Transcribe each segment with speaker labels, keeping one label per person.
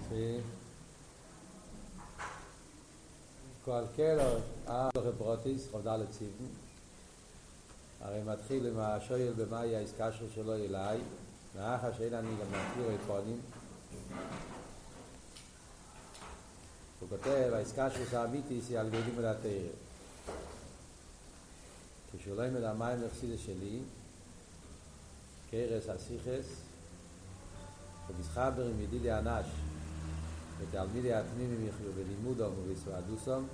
Speaker 1: Sí. Cualquiera פרוטיס חודה לציבן הרי מתחיל עם השואל במאי ההסקשר שלו אליי מאחר שאין אני גם מכיר פונים. הוא כותב ההסקשר שהאמיתיס היא על ידי לימוד התורה. כשהוא לא ילמד המים החסידות שלי קרס הסיכס ומסחבר עם ידידי אנש ותלמידי התמימים יחיו בלימודו ובסועדוסום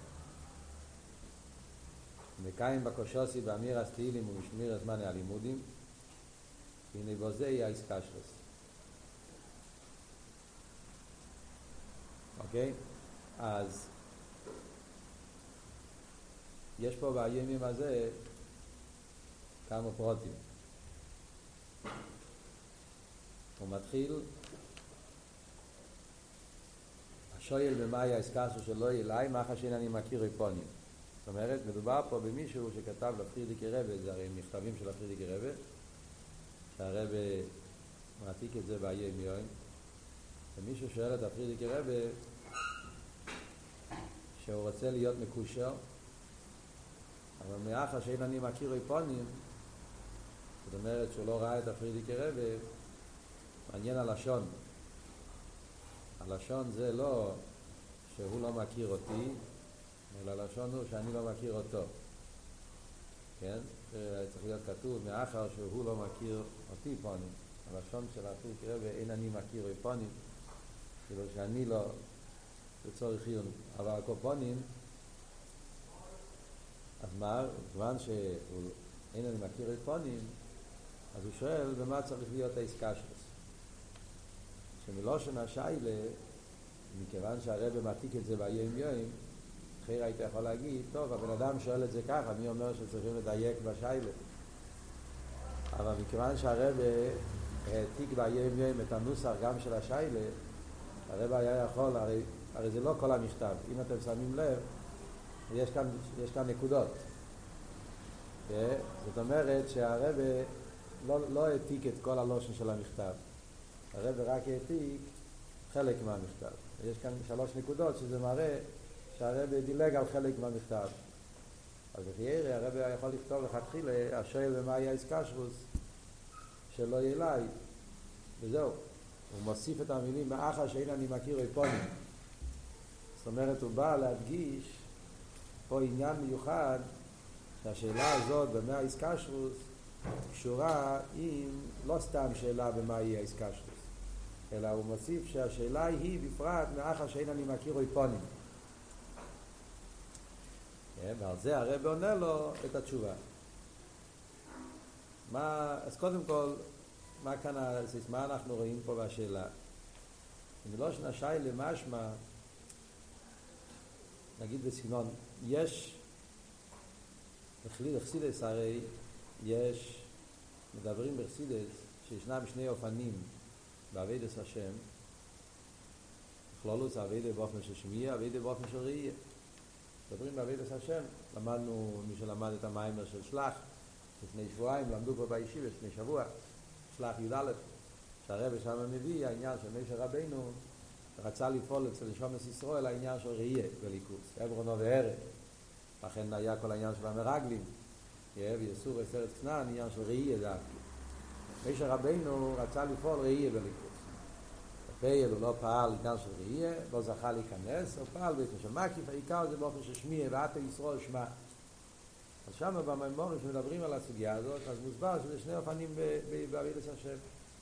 Speaker 1: מקיים בקושוסי באמיר הסתילים ומשמיר הזמן הלימודים הנה בו זה יהיה איסקשרס. אוקיי? אז יש פה בימים הזה כמה פרוטים. הוא מתחיל שואל במאי ההסקשר שלו אליי מאחר שאין אני מכיר ריפונים. זאת אומרת, מדובר פה במישהו שכתב לפרידיקי רבי, זה הרי מכתבים של הפרידיקי רבי, שהרבי מעתיק את זה באיים יום, ומישהו שואל את הפרידיקי רבי שהוא רוצה להיות מקושר, אבל מאחר שאין אני מכיר ריפונים, זאת אומרת שהוא לא ראה את הפרידיקי רבי, מעניין הלשון. הלשון זה לא שהוא לא מכיר אותי, אלא הלשון הוא שאני לא מכיר אותו. כן? צריך להיות כתוב, מאחר שהוא לא מכיר אותי פונים. הלשון של הפרידיקי רבי, אין אני מכיר פונים, כאילו שאני לא לצורך חיון. אבל הקופונים, אז מה? כיוון שאין אני מכיר פונים, אז הוא שואל, במה צריך להיות העסקה שלו? שמלושן השיילה, מכיוון שהרבא מעתיק את זה ביום יום, אחרי היית יכול להגיד, טוב, הבן אדם שואל את זה ככה, מי אומר שצריכים לדייק בשיילה? אבל מכיוון שהרבא העתיק ביום יום את הנוסח גם של השיילה, הרבא היה יכול, הרי זה לא כל המכתב, אם אתם שמים לב, יש כאן נקודות. זאת אומרת שהרבא לא העתיק את כל הלושן של המכתב. הרב רק העתיק חלק מהמכתב. יש כאן 3 נקודות שזה מראה שהרב דילג על חלק מהמכתב. אז אחרי הרב יכול לכתוב לכתחילה השואל במה יהיה איסקשרוס שלא יהיה אליי, וזהו. הוא מוסיף את המילים מאחר שאין אני מכיר ריפונים. זאת אומרת הוא בא להדגיש פה עניין מיוחד שהשאלה הזאת במה איסקשרוס קשורה עם לא סתם שאלה במה יהיה איסקשרוס, אלא הוא מוסיף שהשאלה היא בפרט מאחר שאין אני מכיר ריפונים. ועל זה הרב עונה לו את התשובה. אז קודם כל, מה אנחנו רואים פה בשאלה? מלושן השיילה משמע, נגיד בסגנון, יש בחסידות הרי יש, מדברים בחסידות שישנם 2 אופנים בעבודת השם, בכללות עבודה באופן של שמיעה, עבודה באופן של ראייה. מדברים בעבודת השם, למדנו, מי שלמד את המיימר של שלח לפני שבועיים, למדו פה בישיבה לפני שבוע, שלח י"א, שהרב שם מביא העניין של משה רבינו רצה לפעול אצל נשומת ישראל העניין של ראייה בליכוז, עברונו וערב, לכן היה כל העניין של המרגלים, ויסור ארץ כנען, עניין של ראייה דווקא. משה רבינו רצה לפעול ראייה בליכוז. בפייל הוא לא פעל עניין של ראייה, לא זכה להיכנס, הוא פעל באופן של מקיף, העיקר זה באופן של שמיע, ואתה ישראל שמע. אז שם במאמרים שמדברים על הסוגיה הזאת, אז מוסבר שזה 2 אופנים בעבודת השם.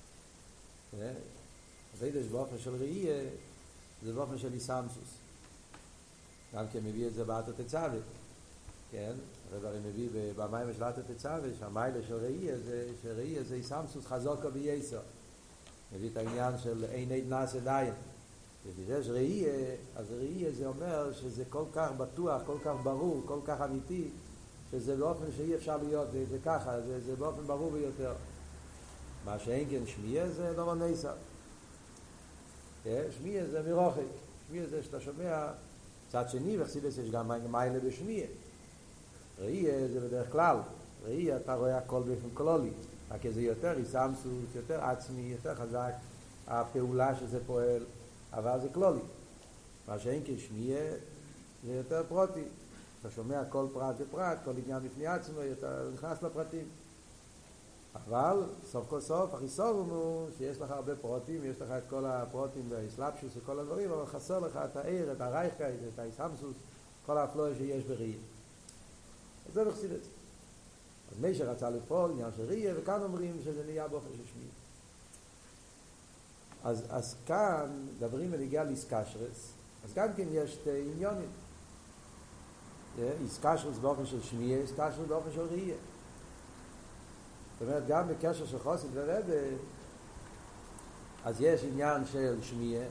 Speaker 1: עבודת באופן של ראייה, זה באופן של איסמסוס. גם כן מביא את זה באתר תצווה. כן? הרב הרי מביא במים של אתר תצווה, שהמיילה של ראייה זה איסמסוס חזוקה בייסר. מביא את העניין של אין עד נעשה דיין. וכשיש ראייה, אז ראייה זה אומר שזה כל כך בטוח, כל כך ברור, כל כך אמיתי, שזה באופן שאי אפשר להיות, זה ככה, זה באופן ברור ביותר. מה שאין כן שמיע זה דבר ניסה. שמיע זה מרוחק. שמיע זה שאתה שומע, צד שני, בחסידות יש גם מיילה בשמיע. ראייה זה בדרך כלל. ראייה אתה רואה הכל באופן כללי. רק זה יותר איסמסות, יותר עצמי, יותר חזק, הפעולה שזה פועל. אבל זה כלולי. מה שאין כשמיע זה יותר פרוטי. אתה שומע כל פרט ופרט, כל עניין בפני עצמו, אתה נכנס לפרטים. אבל סוף כל סוף החיסרון הוא שיש לך הרבה פרוטים, יש לך את כל הפרוטים והאסלאפשוס וכל הדברים, אבל חסר לך את העיר, את הרייכקייט, את האיסהמסוס, כל האפלואה שיש בראייה. אז זה בחסידות. אז מי שרצה לפעול עניין של ראייה, וכאן אומרים שזה נהיה באופן של שמיע. אז כאן מדברים בנגיעה לאיסקשרס, אז גם כן יש עניונים. איסקשרס באופן של שמיע, איסקשרס באופן של ראייה. זאת אומרת, גם בקשר של חסיד ורבי, אז יש עניין של שמיע,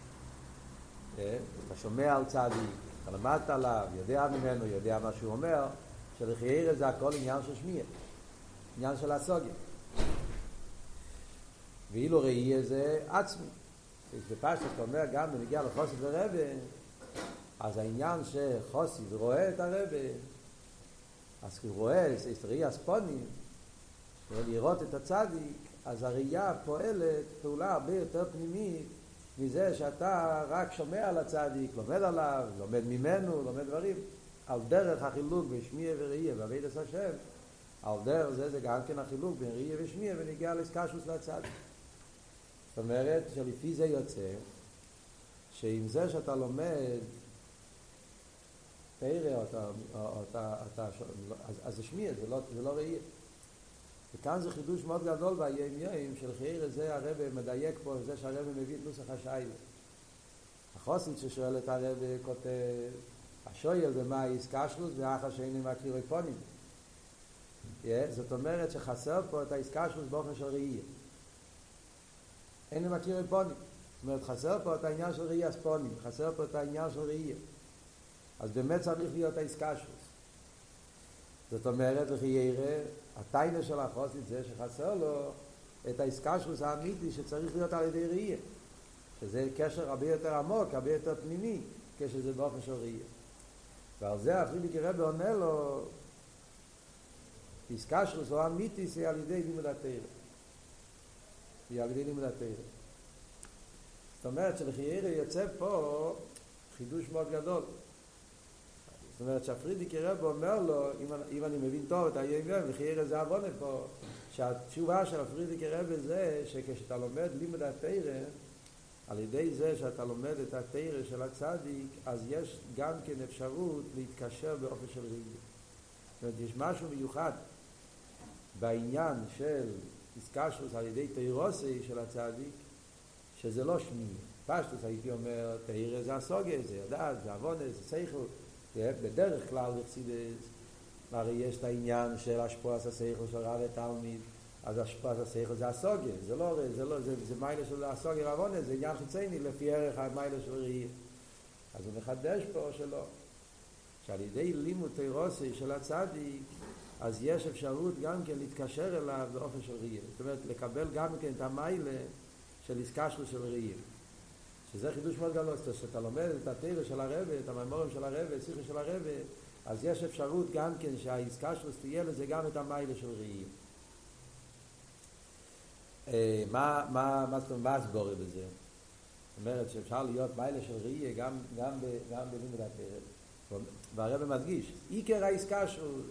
Speaker 1: אתה שומע על צדיק, אתה למדת עליו, יודע ממנו, יודע מה שהוא אומר, שלחייר זה הכל עניין של שמיע, עניין של הסוגיה. ואילו ראייה זה עצמי. בפשט אתה אומר גם בנגיע לחסיד ורבי, אז העניין שחסיד רואה את הרבי, אז הוא רואה, זה ראייה ספונים, לראות את הצדיק, אז הראייה פועלת פעולה הרבה יותר פנימית מזה שאתה רק שומע על הצדיק, לומד עליו, לומד ממנו, לומד דברים. על דרך החילוק בין שמיע וראייה בעבודת השם, על דרך זה גם כן החילוק בין ראייה ושמיע ונגיע לאיסקשוס לצדיק. זאת אומרת שלפי זה יוצא שעם זה שאתה לומד תראה, אז זה שמיע, זה לא ראייה. וכאן זה חידוש מאוד גדול בימים של חייר זה הרב מדייק פה, זה שהרב מביא את נוסח השאלה. החסיד ששואל את הרב כותב, השואל במה איסקשרוס ואחר שאינו מכיר פונים. זאת אומרת שחסר פה את האיסקשרוס באופן של ראייה. אינו מכיר פונים. זאת אומרת חסר פה את העניין של ראייה ספונים, חסר פה את העניין של ראייה. אז באמת צריך להיות האיסקשרוס. זאת אומרת לחייר הטיינה של החסיד זה שחסר לו את האיסקשרוס האמיתי שצריך להיות על ידי ראייה, שזה קשר הרבה יותר עמוק, הרבה יותר פנימי, כשזה באופן של ראייה. ועל זה הפרידיקי רבי עונה לו, איסקשרוס או אמיתי זה על ידי לימוד התורה. היא על ידי לימוד התורה. זאת אומרת שלחייר יוצא פה חידוש מאוד גדול. זאת אומרת שהפרידיקי רבי אומר לו, אם אני מבין טוב את היום וחייר זה עוונה פה, שהתשובה של הפרידיקי רבי זה שכשאתה לומד לימוד התורה, על ידי זה שאתה לומד את התורה של הצדיק, אז יש גם כן אפשרות להתקשר באופן של ראייה. זאת אומרת, יש משהו מיוחד בעניין של איסקשרוס על ידי תורוסי של הצדיק, שזה לא שמיע. פשטוס הייתי אומר, תורה זה הסוגיה, זה ידעת, זה עוונה, זה שכל. בדרך כלל בחסידות, הרי יש את העניין של השפעת השכל של רב ותלמיד, אז השפעת השכל זה הסוגיה, זה מיילה של הסוגיה רבונה, זה עניין חיצוני לפי ערך המיילה של ראייה. אז הוא מחדש פה שלא, שעל ידי לימוד תורוסי של הצדיק, אז יש אפשרות גם כן להתקשר אליו באופן של ראייה. זאת אומרת, לקבל גם כן את המיילה של איסקשרוס של ראייה. שזה חידוש מאוד גדול, שאתה לומד את התורה של הרב, את המאמרים של הרב, את שיחה של הרב, אז יש אפשרות גם כן שהאיסקשרוס תהיה לזה גם את המיילה של ראייה. מה הסבורה בזה? זאת אומרת שאפשר להיות מיילה של ראייה גם בלימוד התורה. והרב מדגיש, עיקר האיסקשרוס,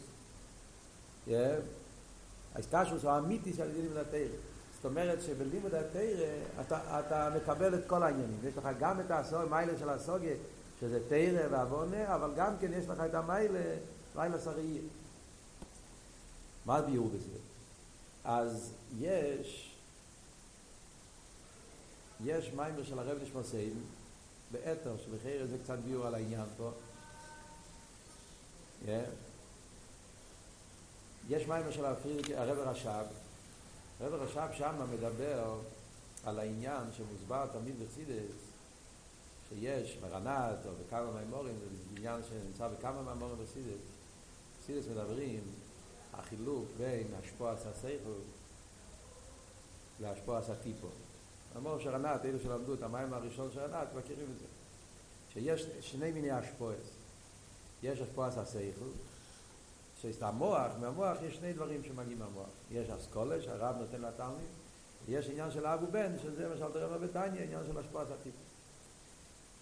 Speaker 1: האיסקשרוס הוא האמיתי של לימוד התורה. זאת אומרת שבלימוד התורה אתה מקבל את כל העניינים. יש לך גם את המיילה של הסוגיה, שזה תורה ועוונה, אבל גם כן יש לך את המיילה שרייה. מה הביאור בזה? אז יש מיימר של הרב נשמוסיין, באתר, שבחיר זה קצת ביאור על העניין פה. יש מיימר של הרב רש"ב, הרב רש"ב שם מדבר על העניין שמוסבר תמיד בחסידות, שיש מרנת או בכמה מאמרים, זה עניין שנמצא בכמה מאמרים בחסידות. בחסידות מדברים החילוק בין השפעת השכל להשפעת הטיפו. אמרו שרנת, אלו שלמדו את המים הראשון של רנת, מכירים את זה. שיש שני מיני השפעות. יש השפעת השכל, שיש את המוח, מהמוח יש שני דברים שמגיעים מהמוח. יש אסכולה שהרב נותן לתלמיד, ויש עניין של אב ובן, שזה מה שאלתר רבי בתניא, עניין של השפעת הטיפו.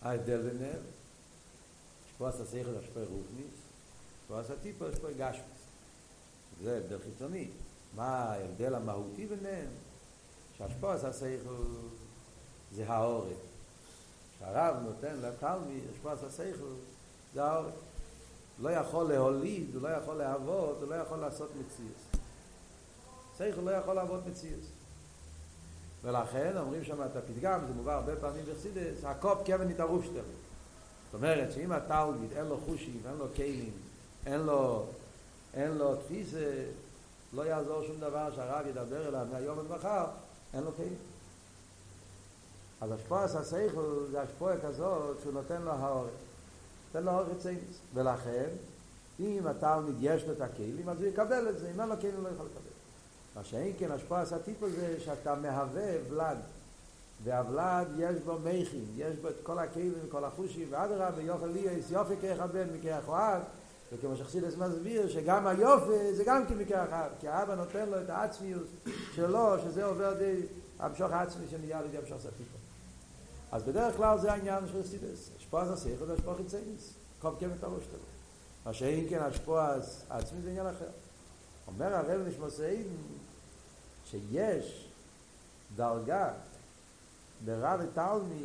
Speaker 1: ההבדל ביניהם, השפועס השכל השפועי רוחניס, השפועס הטיפו השפועי גשמיס. זה הבדל חיצוני. מה ההבדל המהותי ביניהם? שהשפועס השכל זה האורן. שהרב נותן לתלמיד, השפועס השכל זה האורן. לא יכול להוליד, הוא לא יכול להוות, הוא לא יכול לעשות מציאות. שכל לא יכול לעבוד מציאות. ולכן אומרים שם את הפתגם, זה מובא הרבה פעמים בחסידות, הקופ כבן יתערוף שטר. זאת אומרת שאם התלמיד אין לו חושים, אין לו כלים, אין לו תפיסה, לא יעזור שום דבר שהרב ידבר אליו מהיום עד מחר, אין לו כלים. אז השפועס השכל זה השפועה כזאת שהוא נותן לו האורן. נותן לו האורן ציינס. ולכן, אם התלמיד יש לו את הכלים, אז הוא יקבל את זה. אם אין לו כלים, הוא לא יכול לקבל. מה שאין כן, השפועס הטיפו זה שאתה מהווה ולד. והוולד יש בו מייכים, יש בו את כל הכלים וכל החושים, ואדרבה יוכל ליאס יופי כאחד בן מכח אוהב, וכמו שחסידס מסביר שגם היופי זה גם כמכח אוהב, כי האבא נותן לו את העצמיות שלו, שזה עובר די המשוך העצמי שנהיה לידי המשוך הטיפו. אז בדרך כלל זה העניין של חסידס, השפועס השכל זה השפוע חיצייניס, קוב כמת הראש שלו. מה שאין כן השפועס העצמי זה עניין אחר. אומר הרב נשמוסי שיש דרגה ברב ותלמיד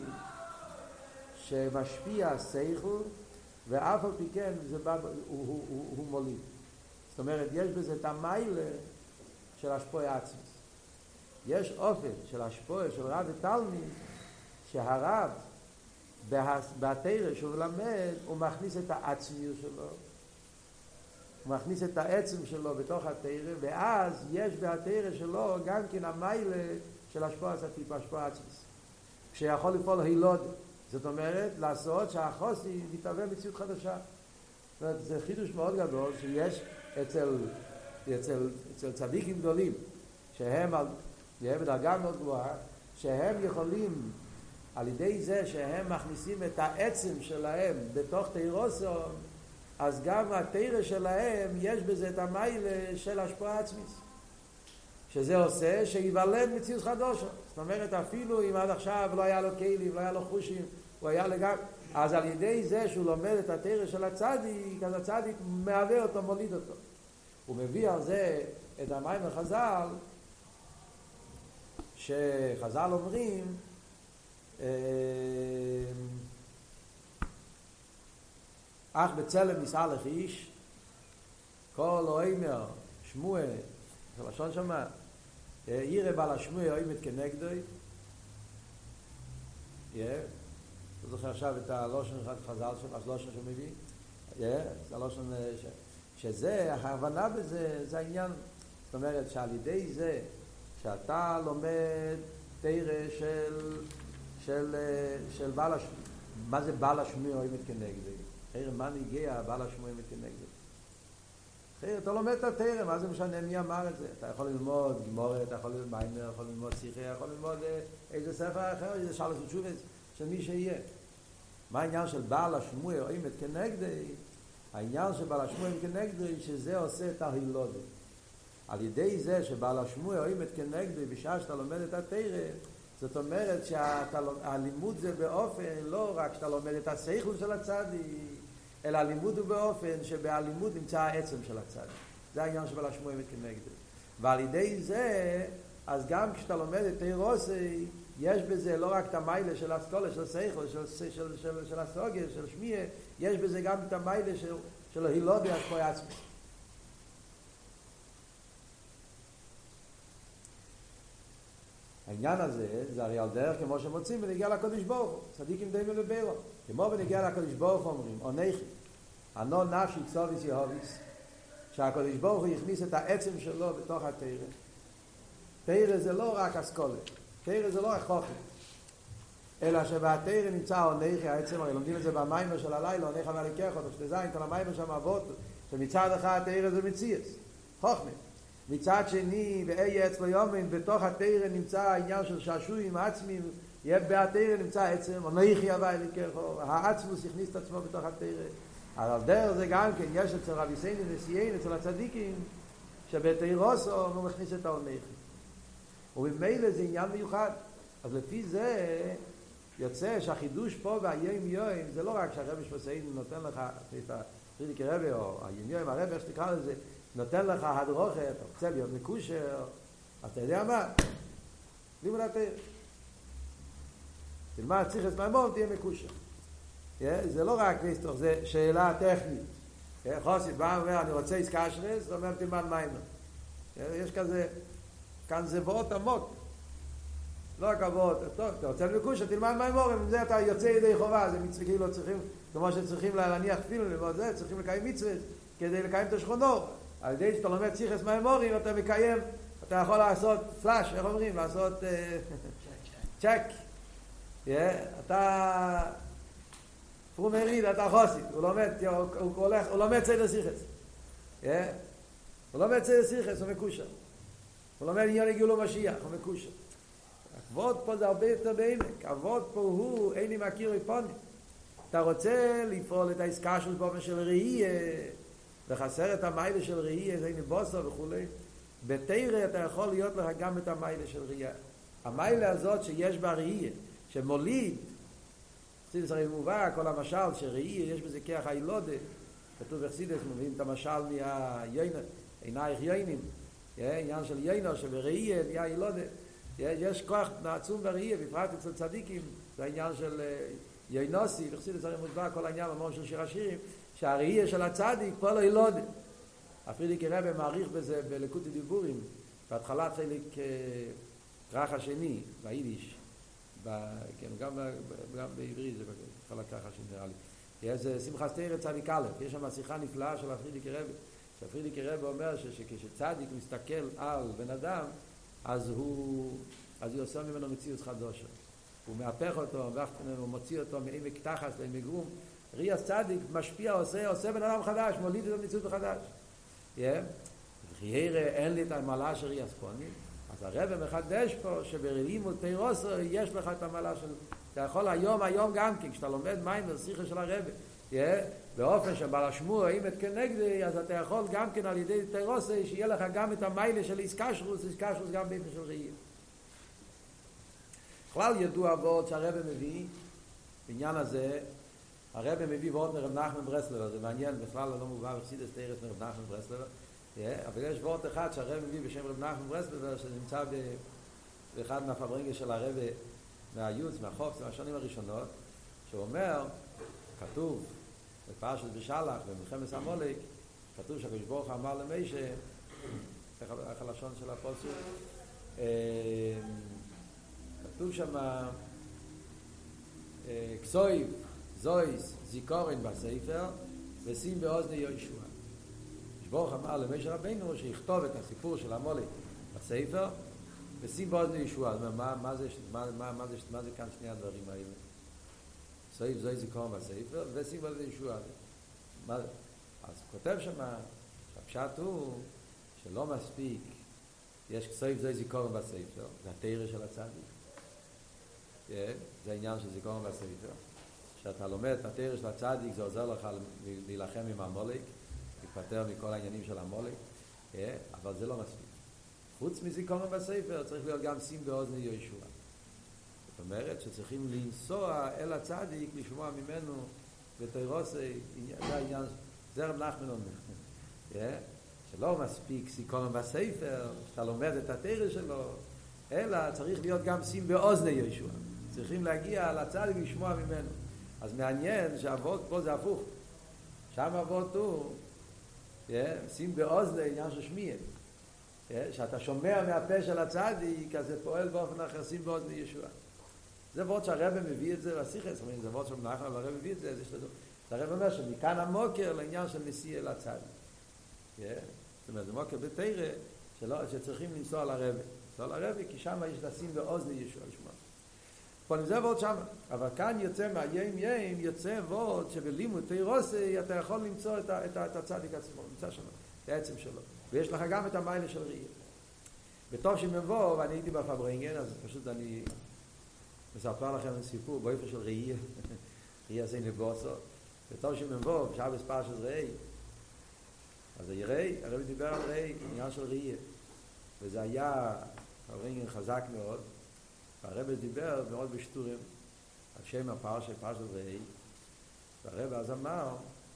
Speaker 1: שמשפיע השכל ואף על פי כן הוא מוליד. זאת אומרת, יש בזה את המיילה של השפוע עצמי. יש אופן של השפוע של רב ותלמיד שהרב בתורה שהוא למד הוא מכניס את העצמיות שלו, הוא מכניס את העצם שלו בתוך התורה, ואז יש בתורה שלו גם כן המיילה של השפוע הטיפ, השפוע עצמי, שיכול לפעול הילוד. זאת אומרת, לעשות שהחוסי יתהווה מציאות חדשה. זאת אומרת, זה חידוש מאוד גדול שיש אצל צדיקים גדולים, שהם בדרגה מאוד גבוהה, שהם יכולים, על ידי זה שהם מכניסים את העצם שלהם בתוך תירוסון, אז גם התירה שלהם יש בזה את המיילה של השפעה עצמית. שזה עושה שיוולד מציאות חדושה. זאת אומרת, אפילו אם עד עכשיו לא היה לו כלים, לא היה לו חושים, הוא היה לגמרי, אז על ידי זה שהוא לומד את התורה של הצדיק, אז הצדיק מהווה אותו, מוליד אותו. הוא מביא על זה את המים החז"ל, שחז"ל אומרים, אך בצלם נישא לך איש, כל אומר שמוע, לשון שמה, ירא בעל השמוע אוימת כנגדוי. אתה זוכר עכשיו את הלושן חז"ל שם, הלושן שהוא מביא? זה הלושן שזה, ההבנה בזה, זה העניין. זאת אומרת שעל ידי זה שאתה לומד תורה של בעל השמוע, מה זה בעל השמוע אוימת כנגדוי? מה נגיע בעל השמוע אוימת כנגדוי? אתה לומד את התורה, מה זה משנה מי אמר את זה? אתה יכול ללמוד גמורה, אתה יכול ללמוד מיימר, אתה יכול ללמוד שיחה, אתה יכול ללמוד איזה ספר אחר, איזה שלוש תשובות של מי שיהיה. מה העניין של בעל השמוע אוימת כנגדוי? העניין של בעל השמוע אוימת כנגדוי, שזה עושה את ההילודה. על ידי זה שבעל השמוע אוימת כנגדוי, בשעה שאתה לומד את התורה, זאת אומרת שהלימוד זה באופן, לא רק שאתה לומד את השכל של הצדיק, אלא הלימוד הוא באופן שבהלימוד נמצא העצם של הצדיק. זה העניין שבעל השמוע אוימת כנגדוי. ועל ידי זה, אז גם כשאתה לומד את תירוסי, יש בזה לא רק את המיילה של הסקולה, של השכל, של הסוגיה, של שמיעה, יש בזה גם את המיילה של ההילודה, השפוע עצמי. העניין הזה, זה הרי על דרך כמו שמוצאים ונגיע לקדוש ברוך הוא, צדיקים דומים לבירו. כמו ונגיע לקדוש ברוך הוא אומרים, עונכי, ענו נפשי צוביס יהוביס, שהקדוש ברוך הוא יכניס את העצם שלו בתוך התורה. תורה זה לא רק אסכולה, תורה זה לא רק חוכמה, אלא שבתורה נמצא עונכי, העצם, הרי לומדים את זה במיימר של הלילה, עונך המלכך, אותו שתזיין, כל המיימר שם אבות, שמצד אחד תורה זה מציאס, חוכמה. מצד שני, ואי אצלו יומן, בתוך התורה נמצא העניין של שעשועים עצמיים, בהתורה נמצא עצם, עונכי הווי לקחו, העצמוס הכניס את עצמו בתוך התורה. על דרך זה גם כן, יש אצל רבי סייני נשיאין, אצל הצדיקים, שבתירוסו הוא מכניס את העונכי. ובמילא זה עניין מיוחד. אז לפי זה, יוצא שהחידוש פה והיום יום זה לא רק שהרבי שמסעידן נותן לך את הפרידיקי רבי או היום יום הרבי איך שתקרא לזה נותן לך הדרוכה, אתה רוצה להיות מקושר, אתה יודע מה? לימוד התורה. תלמד ציחס מימון תהיה מקושר. זה לא רק ניסטור, זה שאלה טכנית. חוסיד בא ואומר אני רוצה עסקה שרס, זאת אומרת תלמד מימון. יש כזה, כאן זה ואות עמוק. לא רק עבוד, טוב, אתה רוצה לקושר, תלמד מימון, עם זה אתה יוצא ידי חובה, זה מצווה כאילו צריכים, כמו שצריכים להניח תפילין, ללמוד זה, צריכים לקיים מצווה כדי לקיים את השכונות. על ידי שאתה לומד ציחס מימורים, אתה מקיים, אתה יכול לעשות פלאש, איך אומרים? לעשות צ'ק. אתה פרומריד, אתה חוסיד, הוא לומד סדר ציחס. הוא לומד סדר ציחס, הוא מקושר. הוא לומד עניין לגאולו משיח, הוא מקושר. הכבוד פה זה הרבה יותר בעמק. הכבוד פה הוא, אין לי מכיר מפונים. אתה רוצה לפעול את העסקה של באופן של ראייה, וחסר את המיילה של ראייה, זה נבוסו וכו'. בתרא אתה יכול להיות לך גם את המיילה של ראייה. המיילה הזאת שיש בה ראייה, שמוליד, חסידס הרי מובא, כל המשל שראייה, יש בזה כיח הילודה. כתוב בחסידס, מביאים את המשל עינייך ייינים. עניין של יינו, שבראייה נהיה הילודה. יש כוח עצום בראייה, בפרט אצל צדיקים, זה העניין של יינוסי, בחסידס הרי מוסבר כל העניין במון של שיר השירים, שהראייה של הצדיק פה לא ילודה. הפרידיקי רבי מעריך בזה בליקוטי דיבורים, בהתחלת חלק כרך השני, ביידיש, גם בעברית זה התחלת כרך השני נראה לי. זה שמחת תורה צדיק א', יש שם שיחה נפלאה של הפרידיקי רבי, שהפרידיקי רבי אומר שכשצדיק מסתכל על בן אדם, אז הוא עושה ממנו מציאות חדשה. הוא מהפך אותו, הוא מוציא אותו מעמק תחס לעמק גרום. ראייה צדיק משפיע, עושה בן אדם חדש, מוליד את המציאות החדש. וכי אין לי את המעלה של ראייה ספונית, אז הרב מחדש פה שבלימוד תירוסו יש לך את המעלה של... אתה יכול היום גם כן, כשאתה לומד מים ושיחה של הרב, באופן שבעל השמוע, אם את כנגדי, אז אתה יכול גם כן על ידי תירוסו, שיהיה לך גם את המיילה של איסקשרוס גם באופן של ראייה. בכלל ידוע ועוד שהרב מביא, בעניין הזה, הרב מביא ועוד מרב נחמן ברסלב, זה מעניין, בכלל לא מובא בחסידס תרס מרב נחמן ברסלב, אבל יש ועוד אחד שהרב מביא בשם רב נחמן ברסלב, שנמצא באחד מהפברנגל של הרב מהיוץ, מהחוף, מהשנים הראשונות, שהוא אומר, כתוב, בפרשת בשלח, במלחמת עמלק, כתוב שהקדוש ברוך הוא אמר למשה, איך הלשון של הפסוק, כתוב שם כסויב זויס זיכורן בספר ושים באוזני יהושע. ברוך אמר למשה רבינו שיכתוב את הסיפור של עמלק בספר ושים באוזני יהושע. מה זה כאן שני הדברים האלה? כסויב זויס זיכורן בספר ושים באוזני יהושע. אז כותב שם שהפשט הוא שלא מספיק יש כסויב זויס זיכורן בספר, זה התורה של הצדיק. זה העניין של זיכרון בספר. כשאתה לומד את התורה של הצדיק זה עוזר לך להילחם עם עמלק, להתפטר מכל העניינים של עמלק, אבל זה לא מספיק. חוץ מזיכרון בספר צריך להיות גם שים באוזני יהושע. זאת אומרת שצריכים לנסוע אל הצדיק לשמוע ממנו בתירוסי, זה העניין, זה רב נחמן אומר. שלא מספיק זיכרון בספר, שאתה לומד את התורה שלו, אלא צריך להיות גם שים באוזני יהושע. צריכים להגיע לצדיק לשמוע ממנו. אז מעניין שהאבות פה זה הפוך. שם האבות הוא שים באוזני עניין של שמיע. שאתה שומע מהפה של הצדיק, אז זה פועל באופן אחר, שים באוזני יהושע. זה וורט שהרבא מביא את זה בשיחס, זה וורט של נחמן, אבל הרבא מביא את זה. הרבא אומר שמכאן המוקר לעניין של נסיעה לצדיק. זאת אומרת, זה מוקר בתורה שצריכים לנסוע לרבא. לנסוע לרבא, כי שם יש לשים באוזני יהושע לשמוע. אבל זה וורט שם. אבל כאן יוצא מהיים יוצא וורט שבלימוד תירוסי אתה יכול למצוא את הצדיק עצמו, נמצא שם, את העצם שלו. ויש לך גם את המיילה של ראייה. בתור שמבוא, ואני הייתי בפברנגן, אז פשוט אני מספר לכם סיפור באופן של ראייה. ראייה זה נבוסו. בתור שמבוא, בשעה בספר של ראי, אז ראי, הרב דיבר על ראי, עניין של ראייה. וזה היה פברנגן חזק מאוד. הרב דיבר מאוד בשטורים השם הפרשה, פרשת ראי, והרב אז אמר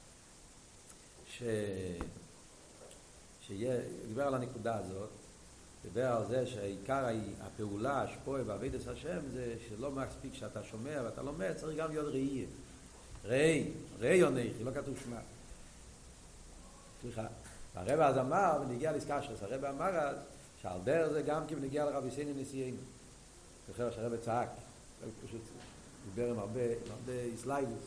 Speaker 1: דיבר על הנקודה הזאת, דיבר על זה שהעיקר הפעולה, השפועה בעבודת השם, זה שלא מספיק שאתה שומע ואתה לומד, צריך גם להיות ראי. ראי אנכי, לא כתוב שמע. סליחה. הרב אז אמר, ונגיע לאיסקשרוס, הרב אמר אז, שעל דרך זה גם כי נגיע לרבי סייני נשיאנו. זוכר שהרב צעק, פשוט דיבר עם הרבה איסלייבוס.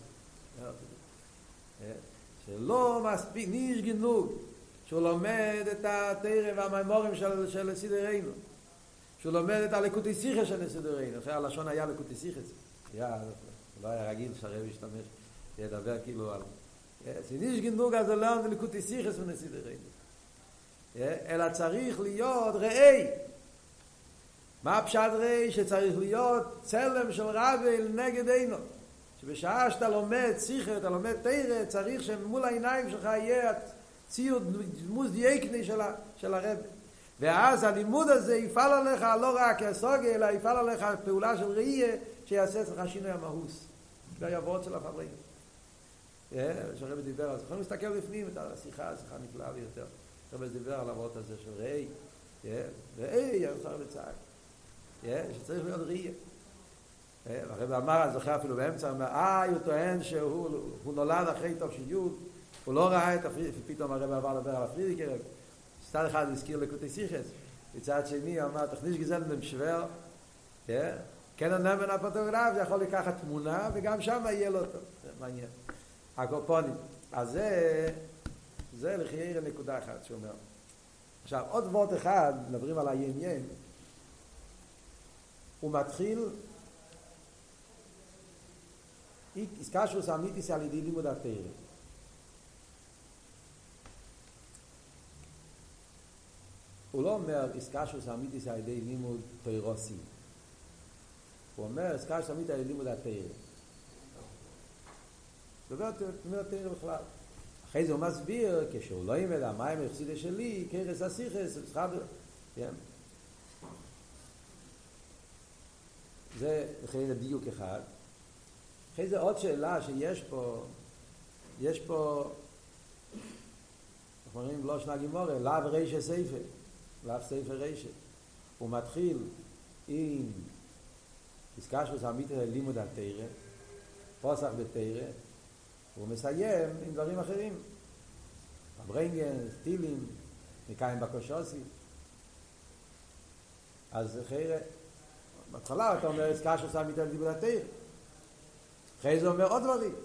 Speaker 1: שלא מספיק, ניש גנוג, שהוא לומד את התורה והמימורים של סדרנו, שהוא לומד את הליקוטי שיחה של סדרנו, אחרי הלשון היה ליקוטי שיחה, לא היה רגיל שהרב ישתמש, ידבר כאילו על... ניש גנוג אז לא לומד ליקוטי שיחה של סדרנו, אלא צריך להיות ראי. מה הפשט ראי? שצריך להיות צלם של רבי נגד עינו. שבשעה שאתה לומד שיחה, אתה לומד תורה, צריך שמול העיניים שלך יהיה ציור דמוס דייקני של הרב. ואז הלימוד הזה יפעל עליך לא רק הסוגיה, אלא יפעל עליך פעולה של ראייה, שיעשה אצלך שינוי המהוס. והיבואות של החברים. שהרב דיבר על זה. יכולים להסתכל בפנים את השיחה נפלאה ביותר. הרב דיבר על העבואות הזה של ראי. ראי, הרב צעק. שצריך להיות ראייה. הרב אמר, זוכר אפילו באמצע, הוא טוען שהוא נולד אחרי טוב שיוד, הוא לא ראה את פתאום הרב עבר לדבר על הפרידיקר, צד אחד הזכיר לקוטי שיחס, בצד שני אמר, תכניס גזל במשוור, כן הנמן הפוטוגרף, זה יכול לקחת תמונה, וגם שם יהיה לו טוב, מעניין. הקופונים, אז זה לחייר נקודה אחת שאומר. עכשיו, עוד וורט אחד, מדברים על העניין, הוא מתחיל איסקשרוס אמיתיס על ידי לימוד התורה. הוא לא אומר איסקשרוס אמיתיס על ידי לימוד תורוסי. הוא אומר איסקשרוס אמיתיס על ידי לימוד התורה. דבר תורה בכלל. אחרי זה הוא מסביר, כשהוא לא ילמד המים היחסידה שלי, קרס הסיכס, זה אחרי דיוק אחד. אחרי זה עוד שאלה שיש פה, אנחנו אומרים לא שנה גימורה, לאו רישה סייפה, לאו סייפה רישה. הוא מתחיל עם איסקשרוס אמיתיס על לימוד התורה, פוסח בתורה, והוא מסיים עם דברים אחרים. הברנגן, סטילים, מקיים בקושוסי. אז אחרי, בהתחלה אתה אומר איסקשרוס אמיתיס על לימוד התורה. אחרי זה אומר עוד דברים.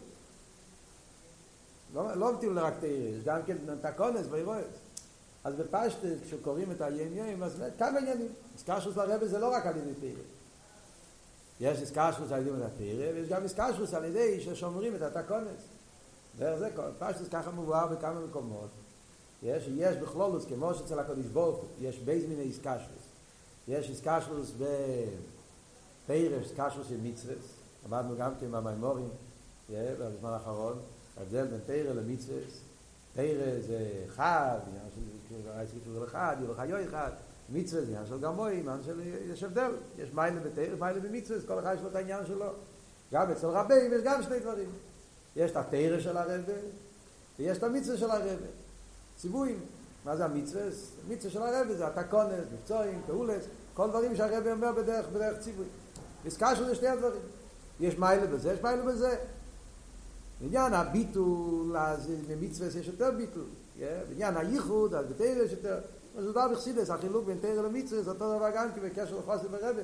Speaker 1: לא מתאים רק תורה, יש גם כן תקונס ואירויות. אז בפשט, כשקוראים את העניינים, אז כמה עניינים. איסקשרוס לרבי זה לא רק על ידי תורה. יש איסקשרוס על ידי התורה, ויש גם איסקשרוס על ידי ששומרים את התקונס. דרך זה, פשט ככה מבואר בכמה מקומות. יש בכלולוס, כמו שאצל הקדוש ברוך הוא, יש בייז מיני איסקשרוס. יש איסקשרוס בתורה, איסקשרוס עם מצוות. למדנו גם כן במימורים, בזמן האחרון, ההבדל בין תורה למצוות. תורה זה אחד, עניין של אחד, יו אחד. מצווה זה עניין של גמוי, עניין של יש הבדל. יש מיילה בתורה, מיילה במצווה, כל אחד יש לו את העניין שלו. גם אצל רבים יש גם שני דברים. יש את התורה של הרבי, ויש את המצווה של הרבי. ציוויים. מה זה המצווה? המצווה של הרבי זה התקונס, מבצועים, פעולס, כל דברים שהרבי אומר בדרך ציווי. איסקשרוס זה שני הדברים. יש מיילה בזה, יש מיילה בזה. בעניין הביטול, אז במצווה יש יותר ביטול. בעניין הייחוד, אז בתורה יש יותר. אז זה דבר בחסידות, החילוק בין תורה למצווה, זה אותו דבר גם בקשר לחוסר ברבי.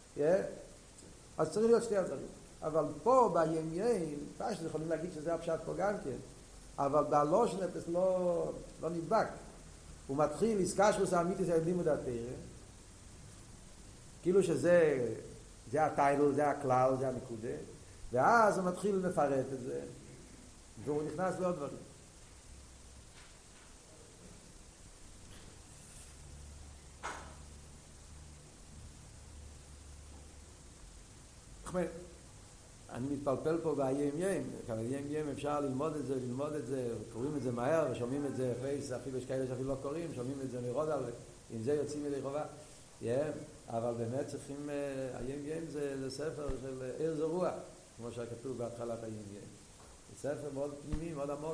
Speaker 1: אז צריך להיות שני הדברים. אבל פה, בעניין, פשוט יכולים להגיד שזה הפשט פה גם כן. אבל בלושן אפס לא נדבק. הוא מתחיל איסקשרוס אמיתיס על לימוד התורה. כאילו שזה הטיילול, זה הכלל, זה הנקודה. ואז הוא מתחיל לפרט את זה. והוא נכנס לעוד דברים. אני מתפלפל פה בים, כמה ים אפשר ללמוד את זה, קוראים את זה מהר ושומעים את זה אפילו יש כאלה שאפילו לא קוראים, שומעים את זה מרודה, עם זה יוצאים ידי חובה. אבל באמת צריכים, הים זה ספר של עיר זרוע, כמו שכתוב בהתחלת העניין. זה ספר מאוד פנימי, מאוד עמוק.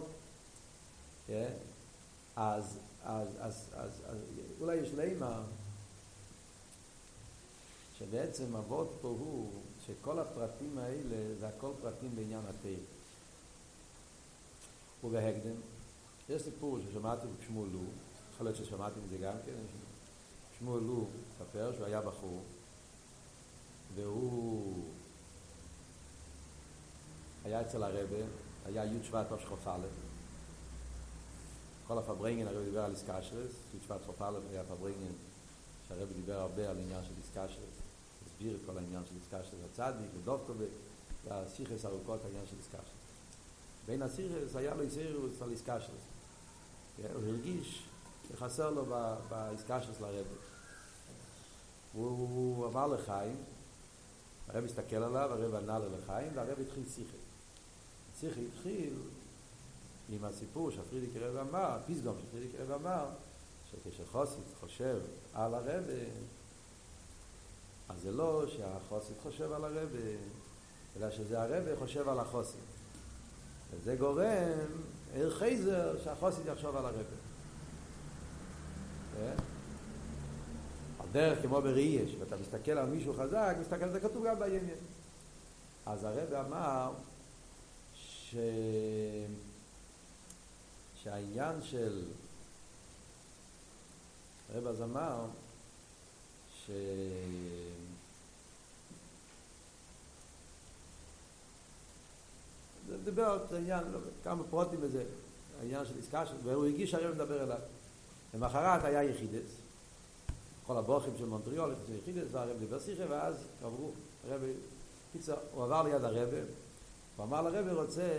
Speaker 1: אז אולי יש לימה שבעצם אבות פה הוא שכל הפרטים האלה זה הכל פרטים בעניין התורה. ובהקדם יש סיפור ששמעתי בשמואל לוב, יכול להיות ששמעתי מזה גם כן. שמואל לוב ספר שהוא היה בחור והוא היה אצל הרבי, היה י' שבט תשכ"א. כל הפברנגן הרבי דיבר על איסקשרס, י' שבט תשכ"א היה פברנגן שהרבי דיבר הרבה על עניין של איסקשרס, הסביר את כל העניין של איסקשרס הצדיק ודובקובק והשיחס ארוכות העניין של איסקשרס. בין השיחס היה לו איסרוס על איסקשרס. הוא הרגיש שחסר לו באיסקשרס לרבי. הוא אמר לחיים, הרבי הסתכל עליו, הרבי ענה לו לחיים, והרבי התחיל שיחה. השיחה התחיל עם הסיפור שהפרידיק הרבי אמר, פיסגום שפרידיק הרבי אמר, שכשחוסית חושב על הרבי, אז זה לא שהחוסית חושב על הרבי, אלא שזה הרבי חושב על החוסית. וזה גורם חייזר שהחוסית יחשוב על הרבי. על דרך כמו בראייה, שאתה מסתכל על מישהו חזק, מסתכל, זה כתוב גם בעניין. אז הרבי אמר שהעניין של הרב אז אמר זה דיבר על העניין, כמה פרוטים בזה, העניין של עסקה, והוא הגיש הרב מדבר אליו. למחרת היה יחידס, כל הבוכים של מונטריאול, יחידס, והרב דיבר שיחה, ואז עברו, הרב, הוא עבר ליד הרב, הוא אמר לרב רוצה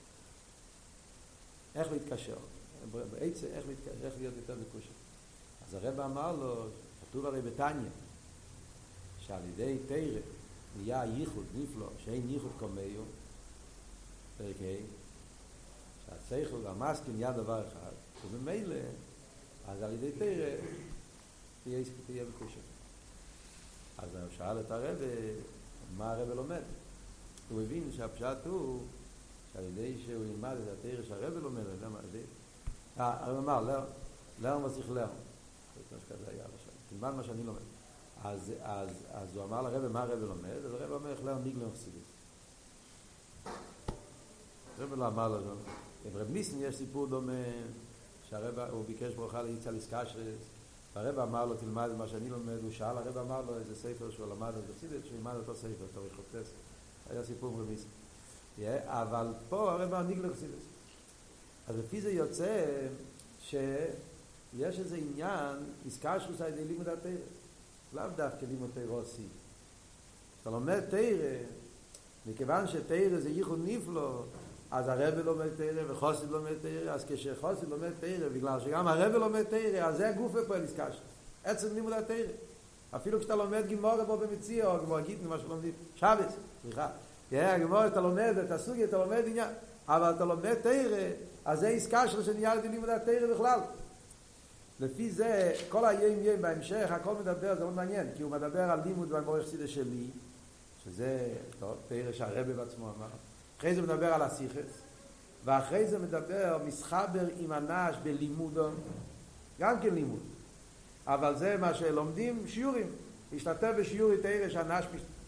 Speaker 1: איך להתקשר, איך להיות יותר מקושר. אז הרב אמר לו, כתוב הרי בתניא, שעל ידי תורה נהיה ייחוד נפלא, שאין ייחוד כמוהו, פרק ה', שהשכל והמשכיל נהיה דבר אחד, ובמילא, אז על ידי תורה תהיה מקושר. אז הוא שאל את הרב, מה הרב לומד? הוא הבין שהפשט הוא שעל ידי שהוא ילמד את התורה שהרב לומד, הרב אמר, לרם צריך לרם. תלמד מה שאני לומד. אז הוא אמר לרב מה הרב לומד, אז הרב אומר איך לרם ניגלם חסידות. הרב לא אמר לו, ברב ניסן יש סיפור דומה שהרב הוא ביקש ברכה ליצא ליסקשרס, והרב אמר לו תלמד מה שאני לומד, הוא שאל, הרב אמר לו איזה ספר שהוא למד על חסידות, שהוא ילמד אותו ספר, תוריך חופש. היה סיפור ברב ניסן. אבל פה הרב אמר ניגלם חסידות. אז לפי זה יוצא שיש איזה עניין, איסקשרוס על ידי לימוד התורה, לאו דווקא לימוד תורה עושי. כשאתה לומד תורה, מכיוון שתורה זה ייחוד נפלא, אז הרב לומד תורה וחסיד לומד תורה, אז כשחסיד לומד תורה, בגלל שגם הרב לומד תורה, אז זה הגוף פה איסקשרוס. עצם לימוד התורה. אפילו כשאתה לומד גימורה פה במציאה, או גימורה גיטין, מה שלומדים, שבת, סליחה. גימורה אתה לומד, אתה סוגי, אתה לומד עניין, אבל אתה לומד תורה, אז זה איסקשרוס שנהיה על לימוד התורה בכלל. לפי זה, כל היום בהמשך, הכל מדבר, זה מאוד מעניין, כי הוא מדבר על לימוד במורך סידה שלי, שזה, טוב, תראה שהרבי בעצמו אמר, אחרי זה מדבר על הסיכס, ואחרי זה מדבר מסחבר עם הנש בלימודו, גם כן לימוד, אבל זה מה שלומדים שיעורים, להשתתף בשיעורי תראה שהנש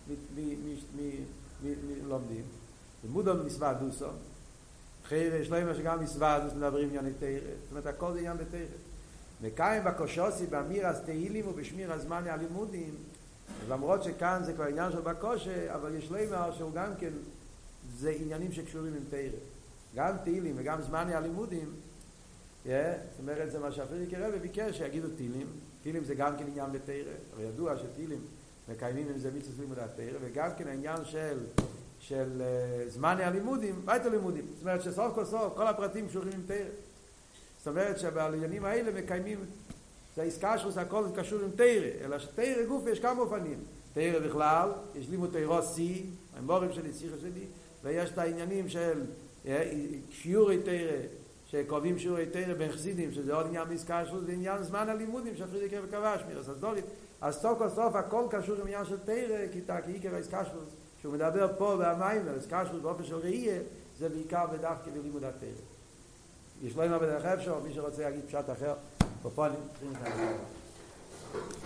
Speaker 1: לומדים, לימודו מסווה דוסו, אחרי יש להם שגם מסווה דוס מדברים ענייני תראה, זאת אומרת, הכל זה עניין בתראה. מקיים בקושוסי באמירס תהילים ובשמיר הזמן הלימודים, למרות שכאן זה כבר עניין של בקושה, אבל יש לומר שהוא גם כן זה עניינים שקשורים עם תורה, גם תהילים וגם זמן הלימודים. זאת אומרת זה מה שהפרידיק הרבי ביקש שיגידו תהילים, תהילים זה גם כן עניין בתורה, אבל ידוע שתהילים מקיימים עם זה מצוות לימוד התורה, וגם כן העניין של זמן הלימודים, בית הלימודים, זאת אומרת שסוף כל סוף כל הפרטים קשורים עם תורה. זאת אומרת שבעניינים האלה מקיימים, זה איסקשרוס, הכל קשור עם תורה, אלא שתורה גוף יש כמה אופנים. תורה בכלל, יש לימוד תורה סי, המורים שלי, שיחה שלי, ויש את העניינים של שיעורי תורה, שקובעים שיעורי תורה בין חסידים, שזה עוד עניין איסקשרוס, ועניין זמן הלימודים שהפרידיק הרבי קבע, שמירס הסדורית. אז סוף כל סוף הכל קשור עם עניין של תורה, כי עיקר האיסקשרוס שהוא מדבר פה והמים, הסקשרוס באופן של ראייה, זה בעיקר בדווקא בלימוד התורה. יש לו עם הבדרך אפשר, מי שרוצה להגיד פשט אחר, בפונים, צריכים כאן.